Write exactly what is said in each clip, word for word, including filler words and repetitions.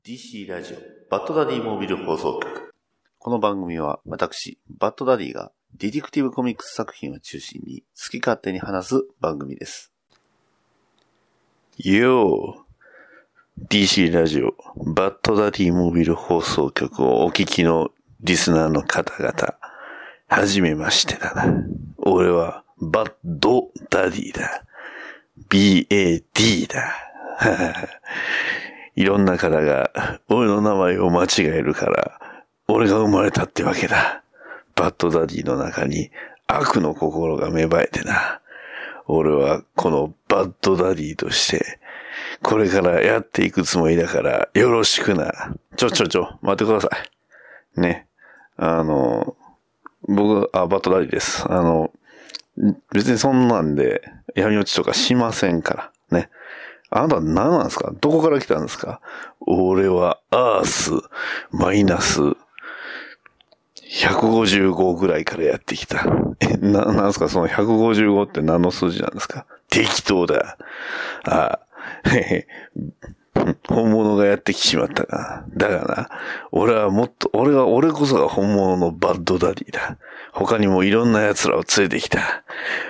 ディーシー ラジオバッドダディモービル放送局。この番組は私バッドダディがディティクティブコミックス作品を中心に好き勝手に話す番組です。よー ディーシー ラジオバッドダディモービル放送局をお聞きのリスナーの方々、はじめましてだな。俺はバッドダディだ。ビーエーディー だ。いろんな方が俺の名前を間違えるから俺が生まれたってわけだ。バッドダディの中に悪の心が芽生えてな。俺はこのバッドダディとしてこれからやっていくつもりだからよろしくな。ちょちょちょ待ってくださいね。あの僕あバッドダディです。あの別にそんなんで闇落ちとかしませんからね。あなたは何なんですか？どこから来たんですか？俺はアースマイナスひゃくごじゅうごぐらいからやってきた。え、な、なんですか？そのひゃくごじゅうごって何の数字なんですか？適当だ。ああ、へへ。本物がやってきちまったか。だがな、俺はもっと、俺が、俺こそが本物のバッドダディだ。他にもいろんな奴らを連れてきた。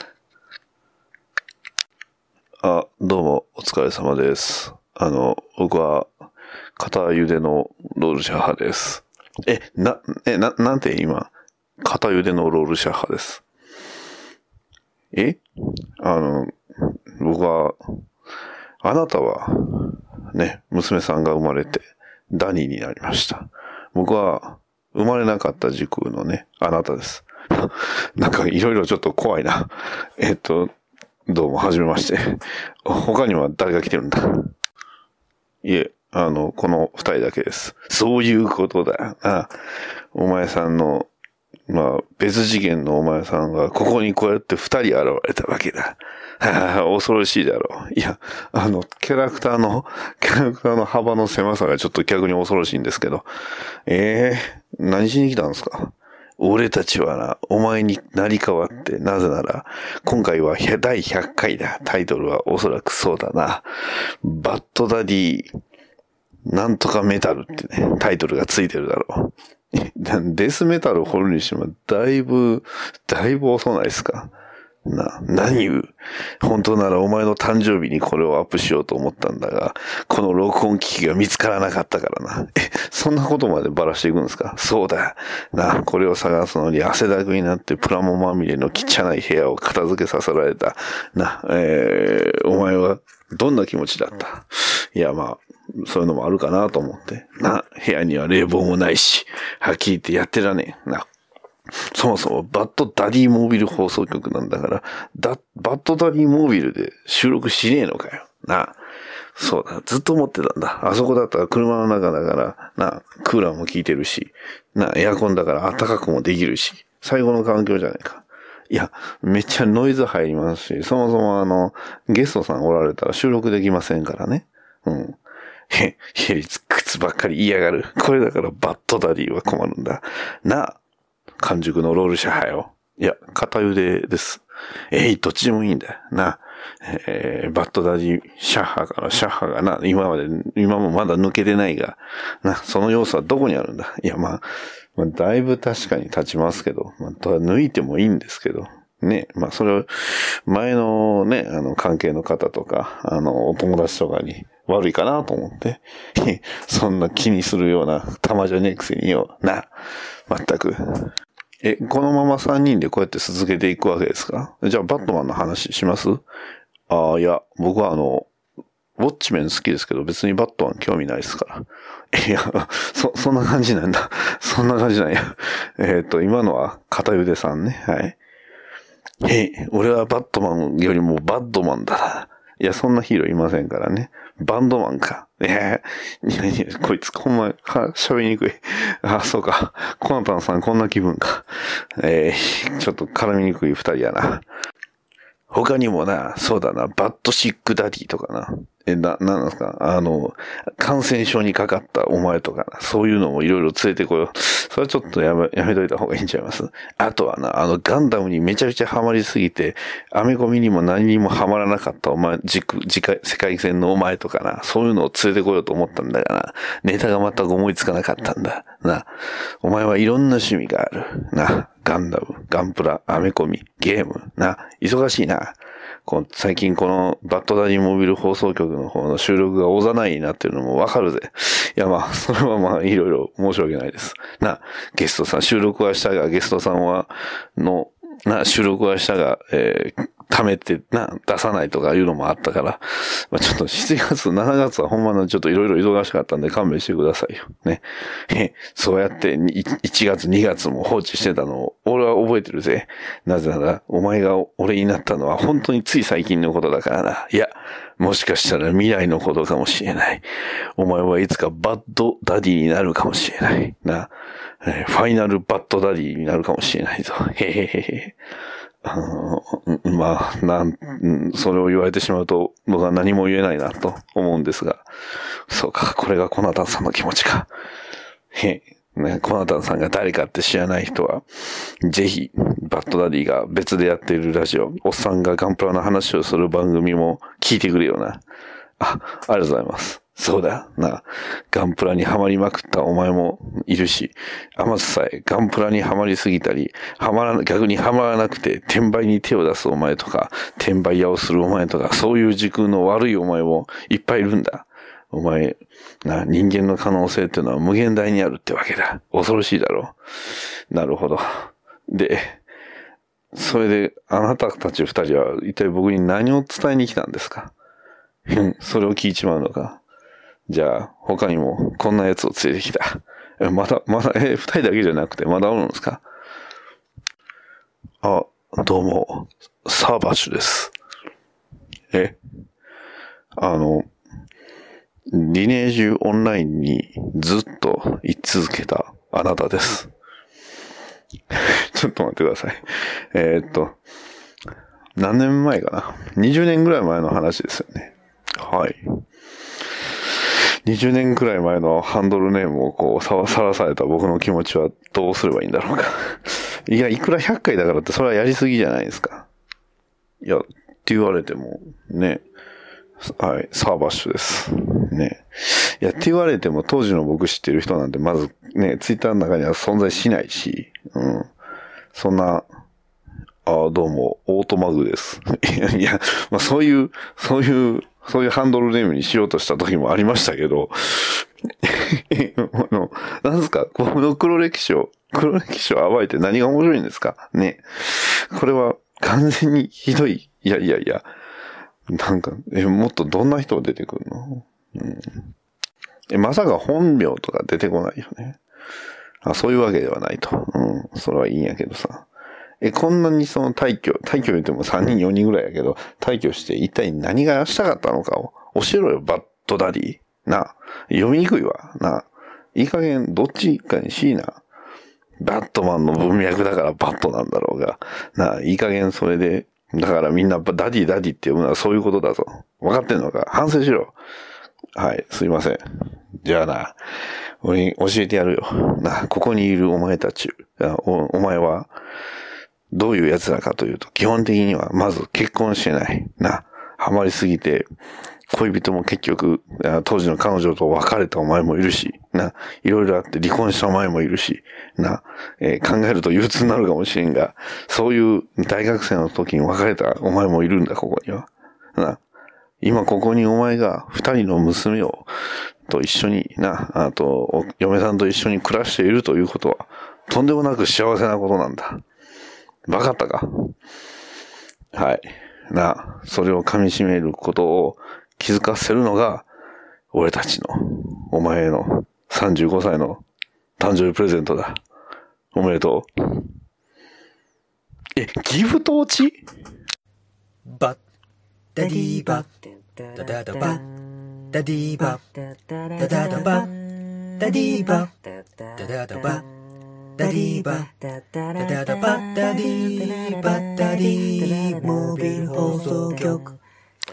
あ、どうも、お疲れ様です。あの、僕は、片茹でのロールシャッハです。え、な、え、な、なんて今、片茹でのロールシャッハです。えあの、僕は、あなたは、ね、娘さんが生まれて、ダニーになりました。僕は、生まれなかった時空のね、あなたです。なんか、いろいろちょっと怖いな。えっと、どうも、はじめまして。他には誰が来てるんだ？いえ、あの、この二人だけです。そういうことだ。あ、お前さんの、まあ、別次元のお前さんが、ここにこうやって二人現れたわけだ。はあ、恐ろしいだろう。いや、あの、キャラクターの、キャラクターの幅の狭さがちょっと逆に恐ろしいんですけど。ええー、何しに来たんですか？俺たちはな、お前になり変わって、なぜなら、今回はだいひゃっかいだ。タイトルはおそらくそうだな。バッドダディ、なんとかメタルってね、タイトルがついてるだろう。デスメタルを掘るにしても、だいぶ、だいぶ遅ないですか？な、何言う？本当ならお前の誕生日にこれをアップしようと思ったんだが、この録音機器が見つからなかったからな。え、そんなことまでばらしていくんですか？そうだ。な、これを探すのに汗だくになってプラモまみれの汚い部屋を片付けさせられた。な、えー、お前はどんな気持ちだった？いや、まあ、そういうのもあるかなと思って。な、部屋には冷房もないし、はっきり言ってやってらねえ。な。そもそもバッドダディモービル放送局なんだから、だ、バッドダディモービルで収録しねえのかよ。な。そうだ。ずっと思ってたんだ。あそこだったら車の中だから、な、クーラーも効いてるし、な、エアコンだから暖かくもできるし、最後の環境じゃないか。いや、めっちゃノイズ入りますし、そもそもあの、ゲストさんおられたら収録できませんからね。うん。へ、へ、靴ばっかり言いやがる。これだからバッドダディは困るんだ。なあ。完熟のロールシャッハよ。いや、片茹でです。えい、どっちでもいいんだよ。な。えー、バッドダディシャッハからシャッハがな、今まで、今もまだ抜けてないが、な、その要素はどこにあるんだ？いや、まあ、まあ、だいぶ確かに立ちますけど、まあ、抜いてもいいんですけど、ね、まあ、それを、前のね、あの、関係の方とか、あの、お友達とかに悪いかなと思って、そんな気にするような玉じゃねえくせによ、な、まったく。え、このままさんにんでこうやって続けていくわけですか？じゃあ、バットマンの話します？ああ、いや、僕はあの、ウォッチメン好きですけど、別にバットマン興味ないですから。いや、そ、そんな感じなんだ。そんな感じなんや。えっと、今のは片茹でさんね。はい。えい、俺はバットマンよりもバッドマンだな。いや、そんなヒーローいませんからね。バンドマンか。ええー、いやいや、こいつほんま、喋りにくい。あ、そうか。コナタンさんこんな気分か。ええー、ちょっと絡みにくい二人やな。他にもな、そうだな、バッドシックダディとかな。 え、な、なんですかあの、感染症にかかったお前とかな、そういうのもいろいろ連れてこよう。それはちょっとやめ、やめといた方がいいんちゃいます？あとはな、あの、ガンダムにめちゃくちゃハマりすぎて、アメコミにも何にもハマらなかったお前、軸、次回、世界線のお前とかな、そういうのを連れてこようと思ったんだがな、ネタが全く思いつかなかったんだ。な、お前はいろんな趣味がある。な、ガンダム、ガンプラ、アメコミ、ゲーム、な、忙しいな。こう最近このバッドダディモビル放送局の方の収録がおざないになってるのもわかるぜ。いやまあ、それはまあいろいろ申し訳ないです。な、ゲストさん、収録はしたが、ゲストさんは、の、な、収録はしたが、えー、貯めて、な、出さないとかいうのもあったから、まあちょっとしちがつ、しちがつはほんまのちょっといろいろ忙しかったんで勘弁してくださいよ。ね。え、そうやっていちがつ、にがつも放置してたのを、俺は覚えてるぜ。なぜなら、お前が俺になったのは本当につい最近のことだからな。いや、もしかしたら未来のことかもしれない。お前はいつかバッドダディになるかもしれない。な。ファイナルバッドダディになるかもしれないぞ。へへへへ。あのまあ、なん、それを言われてしまうと、僕は何も言えないなと思うんですが、そうか、これがコナタンさんの気持ちか。へね、コナタンさんが誰かって知らない人は、ぜひ、バッドダディが別でやっているラジオ、おっさんがガンプラの話をする番組も聞いてくれよな。あ、ありがとうございます。そうだな。ガンプラにはまりまくったお前もいるし、あまつさえガンプラにはまりすぎたり、はまら、逆にはまらなくて転売に手を出すお前とか、転売屋をするお前とか、そういう時空の悪いお前もいっぱいいるんだ。お前、な、人間の可能性っていうのは無限大にあるってわけだ。恐ろしいだろう。なるほど。で、それで、あなたたち二人は一体僕に何を伝えに来たんですか？それを聞いちまうのか。じゃあ、他にもこんな奴を連れてきた。まだ、まだ、え、二人だけじゃなくて、まだおるんですか？あ、どうも、サーバッシュです。え、あの、リネージュオンラインにずっと居続けたあなたです。ちょっと待ってください。えー、っと、何年前かな ?にじゅう 年ぐらい前の話ですよね。はい。にじゅうねんくらい前のハンドルネームをこうさらされた僕の気持ちはどうすればいいんだろうか。いや、いくらひゃっかいだからってそれはやりすぎじゃないですか。いや、って言われてもね、はい、サーバッシュです。ね。いや、って言われても当時の僕知ってる人なんてまずね、ツイッターの中には存在しないし、うん。そんな、あ、どうも、オートマグです。いや、いや、まあそういう、そういう、そういうハンドルネームにしようとした時もありましたけど、あの、なんですか、この黒歴史を、黒歴史を暴いて何が面白いんですかね。これは完全にひどい。いやいやいや、なんか、え、もっとどんな人が出てくるの？うん、え、まさか本名とか出てこないよね。あ、そういうわけではないと。うん、それはいいんやけどさ。え、こんなにその退去、退去言ってもさんにんよにんぐらいやけど、退去して一体何がしたかったのかを教えろよ、バッドダディ。な、読みにくいわ。な、いい加減どっちかにしいな。バットマンの文脈だからバットなんだろうが。な、いい加減それで、だからみんなダディダディって読むのはそういうことだぞ。分かってんのか？反省しろ。はい、すいません。じゃあな、俺に教えてやるよ。な、ここにいるお前たち、お、お前は、どういうやつらかというと、基本的にはまず結婚してない。な、ハマりすぎて、恋人も結局、当時の彼女と別れたお前もいるし、な、いろいろあって離婚したお前もいるし、な、えー、考えると憂鬱になるかもしれんが、そういう大学生の時に別れたお前もいるんだ、ここには。な、今ここにお前が二人の娘を、と一緒にな、あと、嫁さんと一緒に暮らしているということは、とんでもなく幸せなことなんだ。わかったか？はい。な、それを噛み締めることを気づかせるのが、俺たちの、お前へのさんじゅうごさいの誕生日プレゼントだ。おめでとう。え、ギフト落ち？ バッ、ダディーバッ、ダダダバッ、ダディーバッ、ダダダバッ、ダディーバッ、ダダダバッ、ダディーバッ、ダダダバッ、ダディーバッ、ダディーモビル放送局。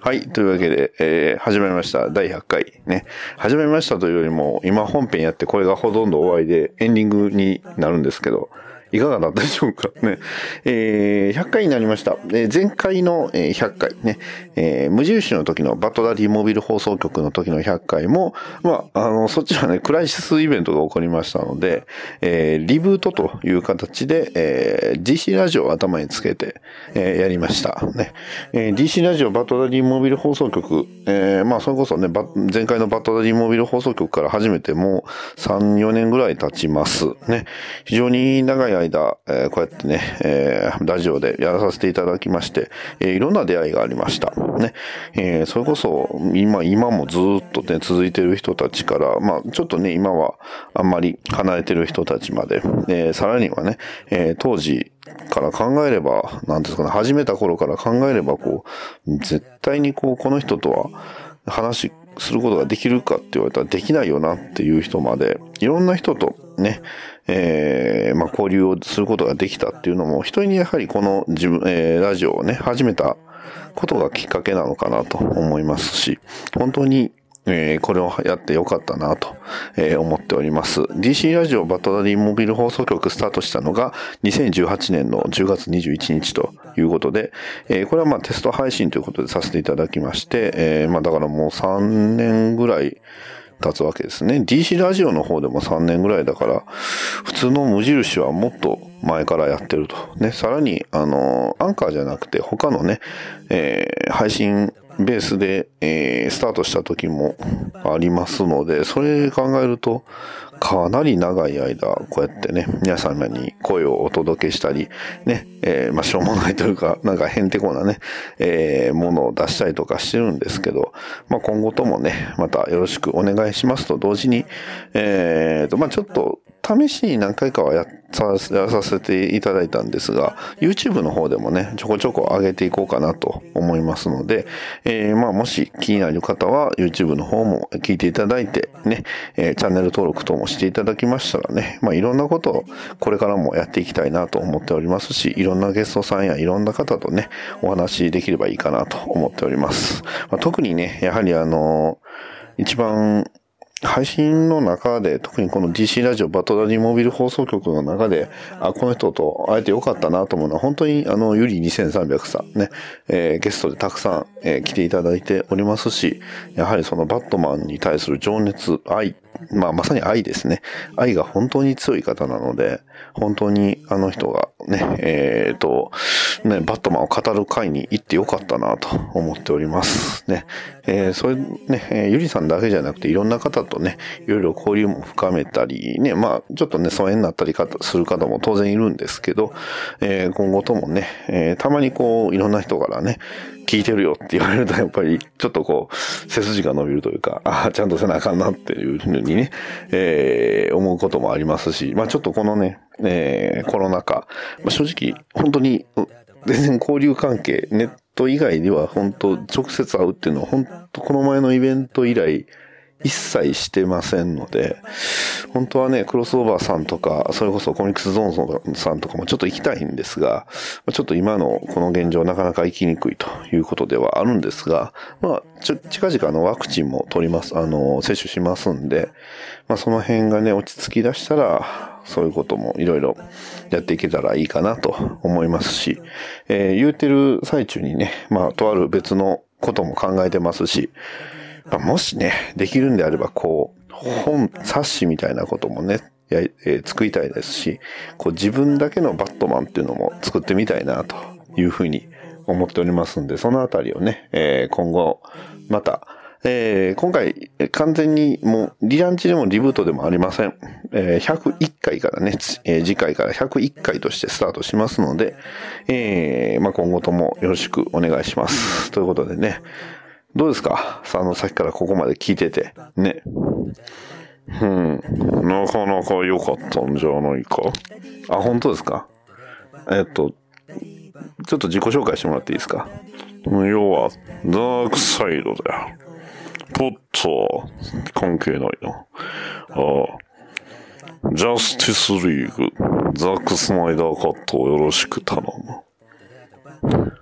はい。というわけで、えー、始まりました。だいひゃっかいね。始まりましたというよりも、今本編やってこれがほとんど終わりでエンディングになるんですけど、いかがだったでしょうかね。えー、ひゃっかいになりました。えー、前回のひゃっかいね、えー、無印の時のバッドダディモビル放送局の時のひゃっかいも、まあ、あの、そっちはね、クライシスイベントが起こりましたので、えー、リブートという形で、えー、ディーシー ラジオを頭につけて、えー、やりました。ね。えー、ディーシー ラジオバッドダディモビル放送局、えー、まあ、それこそね、前回のバッドダディモビル放送局から始めてもうさん、よねんぐらい経ちます。ね。非常に長い間、えー、こうやってね、えー、ラジオでやらさせていただきまして、えー、いろんな出会いがありました。ね。えー、それこそ、今、今もずっとね、続いてる人たちから、まあ、ちょっとね、今はあんまり離れてる人たちまで、えー、さらにはね、えー、当時から考えれば、なんですかね、始めた頃から考えれば、こう、絶対にこう、この人とは話することができるかって言われたらできないよなっていう人まで、いろんな人とね、えー、まあ、交流をすることができたっていうのも、一人にやはりこの自分、えー、ラジオをね、始めたことがきっかけなのかなと思いますし、本当に、えー、これをやってよかったなと、えー、思っております。ディーシー ラジオバッドダディモビル放送局スタートしたのがにせんじゅうはちねんのじゅうがつにじゅういちにちということで、えー、これはまあテスト配信ということでさせていただきまして、えー、まあだからもうさんねんぐらい経つわけですね。ディーシー ラジオの方でもさんねんぐらいだから、普通の無印はもっと前からやってると。ね、さらに、あの、アンカーじゃなくて他のね、えー、配信ベースで、えー、スタートした時もありますので、それ考えると、かなり長い間、こうやってね、皆様に声をお届けしたり、ね、えー、まあ、しょうもないというか、なんかへんてこなね、えー、ものを出したりとかしてるんですけど、まあ、今後ともね、またよろしくお願いしますと同時に、えーと、まあ、ちょっと、試しに何回かはやさせていただいたんですが、YouTube の方でもね、ちょこちょこ上げていこうかなと思いますので、えー、まあもし気になる方は YouTube の方も聞いていただいて、ね、えー、チャンネル登録等もしていただきましたらね、まあいろんなことをこれからもやっていきたいなと思っておりますし、いろんなゲストさんやいろんな方とね、お話できればいいかなと思っております。まあ、特にね、やはりあのー、一番配信の中で、特にこの ディーシー ラジオバッドダディモビル放送局の中で、あ、この人と会えてよかったなと思うのは、本当にあの、ゆりにせんさんびゃくさんね、えー、ゲストでたくさん、えー、来ていただいておりますし、やはりそのバットマンに対する情熱、愛、まあまさに愛ですね。愛が本当に強い方なので、本当にあの人がね、えーと、ね、バットマンを語る会に行ってよかったなと思っております。ね、えー、それね、えー、ゆりさんだけじゃなくていろんな方とね、いろいろ交流も深めたり、ね、まあ、ちょっとね、疎遠になったりする方も当然いるんですけど、えー、今後ともね、えー、たまにこう、いろんな人からね、聞いてるよって言われるとやっぱりちょっとこう背筋が伸びるというか、ああちゃんとせなあかんなっていうふうにね、えー、思うこともありますし、まあちょっとこのね、えー、コロナ禍、まあ、正直本当に全然交流関係ネット以外では本当直接会うっていうのは本当この前のイベント以来一切してませんので、本当はね、クロスオーバーさんとか、それこそコミックスゾーンさんとかもちょっと行きたいんですが、ちょっと今のこの現状なかなか行きにくいということではあるんですが、まあ、ちょ、近々あのワクチンも取ります、あの、接種しますんで、まあその辺がね、落ち着き出したら、そういうこともいろいろやっていけたらいいかなと思いますし、えー、言うてる最中にね、まあ、とある別のことも考えてますし、もしね、できるんであれば、こう、本、冊子みたいなこともね、や、えー、作りたいですし、こう自分だけのバットマンっていうのも作ってみたいなというふうに思っておりますんで、そのあたりをね、えー、今後、また、えー、今回、完全にもう、リランチでもリブートでもありません。えー、ひゃくいっかいからね、えー、次回からひゃくいっかいとしてスタートしますので、えー、まあ、今後ともよろしくお願いします。ということでね、どうですか？さあ、の、さっきからここまで聞いてて。ね。うん。なかなか良かったんじゃないか。あ、本当ですか？えっと、ちょっと自己紹介してもらっていいですか？要は、ダークサイドだよ。ポットは関係ないな。ああ。ジャスティスリーグ、ザック・スナイダーカットをよろしく頼む。はい。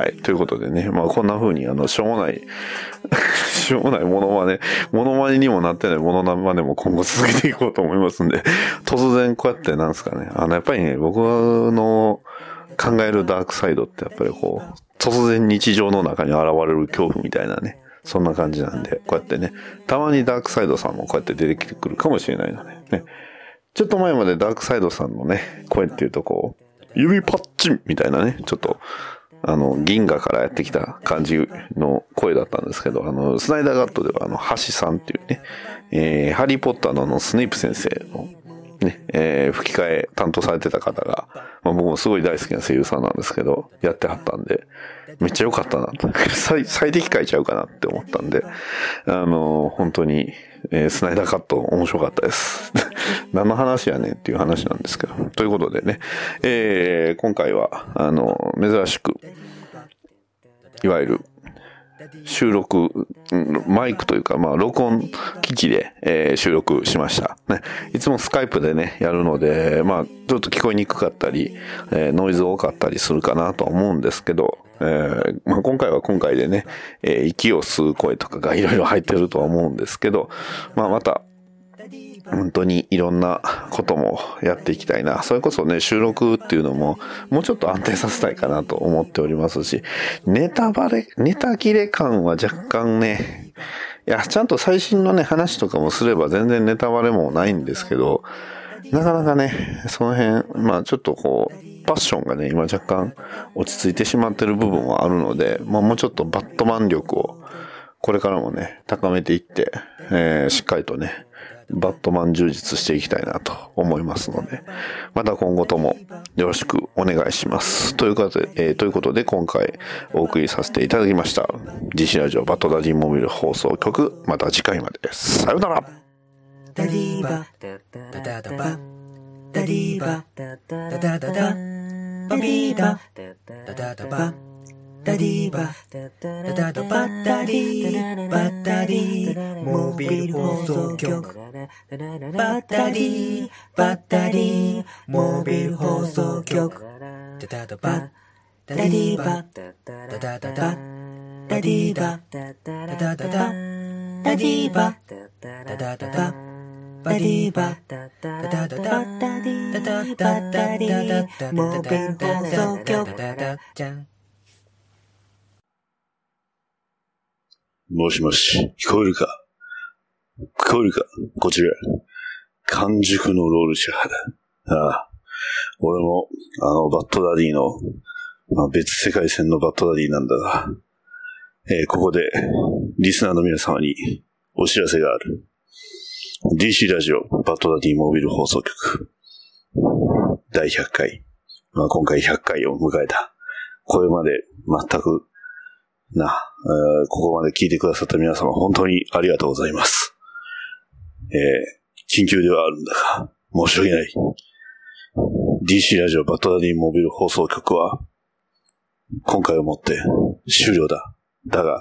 はい。ということでね、まあこんな風にあの、しょうもない、しょうもないモノマネ、モノマネにもなってないモノマネも今後続けていこうと思いますんで、突然こうやってなんですかね、あの、やっぱりね、僕の考えるダークサイドってやっぱりこう、突然日常の中に現れる恐怖みたいなね、そんな感じなんで、こうやってね、たまにダークサイドさんもこうやって出てきてくるかもしれないので、ね。ちょっと前までダークサイドさんのね、声っていうとこう、指パッチンみたいなね、ちょっと、あの、銀河からやってきた感じの声だったんですけど、あの、スナイダーガットではあの、ハシさんっていうね、えー、ハリーポッターのあの、スネイプ先生の、ね、えー、吹き替え担当されてた方が、まあ僕もすごい大好きな声優さんなんですけど、やってはったんで、めっちゃ良かったなと。最、最適解ちゃうかなって思ったんで、あのー、本当に、えー、スナイダーカット面白かったです。何の話やねんっていう話なんですけど。ということでね、えー、今回は、あのー、珍しく、いわゆる、収録、マイクというか、まあ、録音機器で、えー、収録しました。ね。いつもスカイプでね、やるので、まあ、ちょっと聞こえにくかったり、えー、ノイズ多かったりするかなとは思うんですけど、えーまあ、今回は今回でね、えー、息を吸う声とかがいろいろ入ってるとは思うんですけど、まあ、また、本当にいろんなこともやっていきたいな。それこそね、収録っていうのも、もうちょっと安定させたいかなと思っておりますし、ネタバレ、ネタ切れ感は若干ね、いや、ちゃんと最新のね、話とかもすれば全然ネタバレもないんですけど、なかなかね、その辺、まあちょっとこう、パッションがね、今若干落ち着いてしまってる部分はあるので、まあもうちょっとバットマン力を、これからもね、高めていって、えー、しっかりとね、バットマン充実していきたいなと思いますので、また今後ともよろしくお願いします。ということで、えー、ということで今回お送りさせていただきました。ディーシー ラジオバットダディモビル放送局、また次回まで。さようなら。 ダディバダダダバダディバダダダダバビーバダダダバダディバダダダバダディバダディモビル放送局バダディバダディモビル放送局ダダダバダディバダダダダダディバダダダダダディバダダダダバディバダダダダダダダダダダモビル放送局じゃん。 もしもし、聞こえるか聞こえるかこちら、完熟のロールシャハだ。ああ、俺も、あの、バッドダディの、まあ、別世界線のバッドダディなんだが、えー、ここで、リスナーの皆様にお知らせがある。ディーシー ラジオバッドダディモビル放送局だいひゃっかい、まあ、今回ひゃっかいを迎えた。これまで全くな、えー、ここまで聞いてくださった皆様本当にありがとうございます。えー、緊急ではあるんだが申し訳ない。 ディーシー ラジオバッドダディモビル放送局は今回をもって終了だ。だが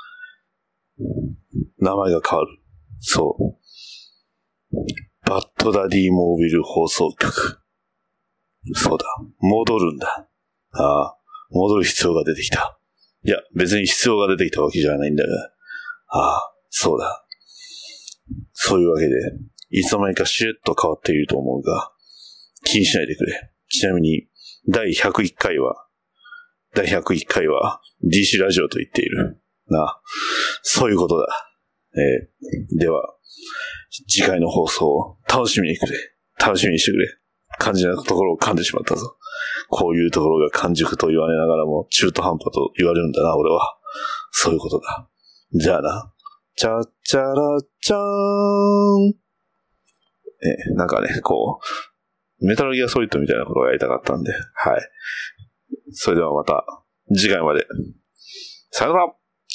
名前が変わる。そうバッドダディモービル放送局。そうだ。戻るんだ。ああ、戻る必要が出てきた。いや、別に必要が出てきたわけじゃないんだが。ああ、そうだ。そういうわけで、いつの間にかしれっと変わっていると思うが、気にしないでくれ。ちなみに、だいひゃくいっかいは、だいひゃくいっかいは ディーシー ラジオと言っている。なあ、そういうことだ。えー、では、次回の放送を楽しみにくれ。楽しみにしてくれ。肝心なところを噛んでしまったぞ。こういうところが完熟と言われながらも中途半端と言われるんだな、俺は。そういうことだ。じゃあな。チャッチャラチャーン。え、なんかね、こう、メタルギアソリッドみたいなことをやりたかったんで、はい。それではまた次回まで。さよなら。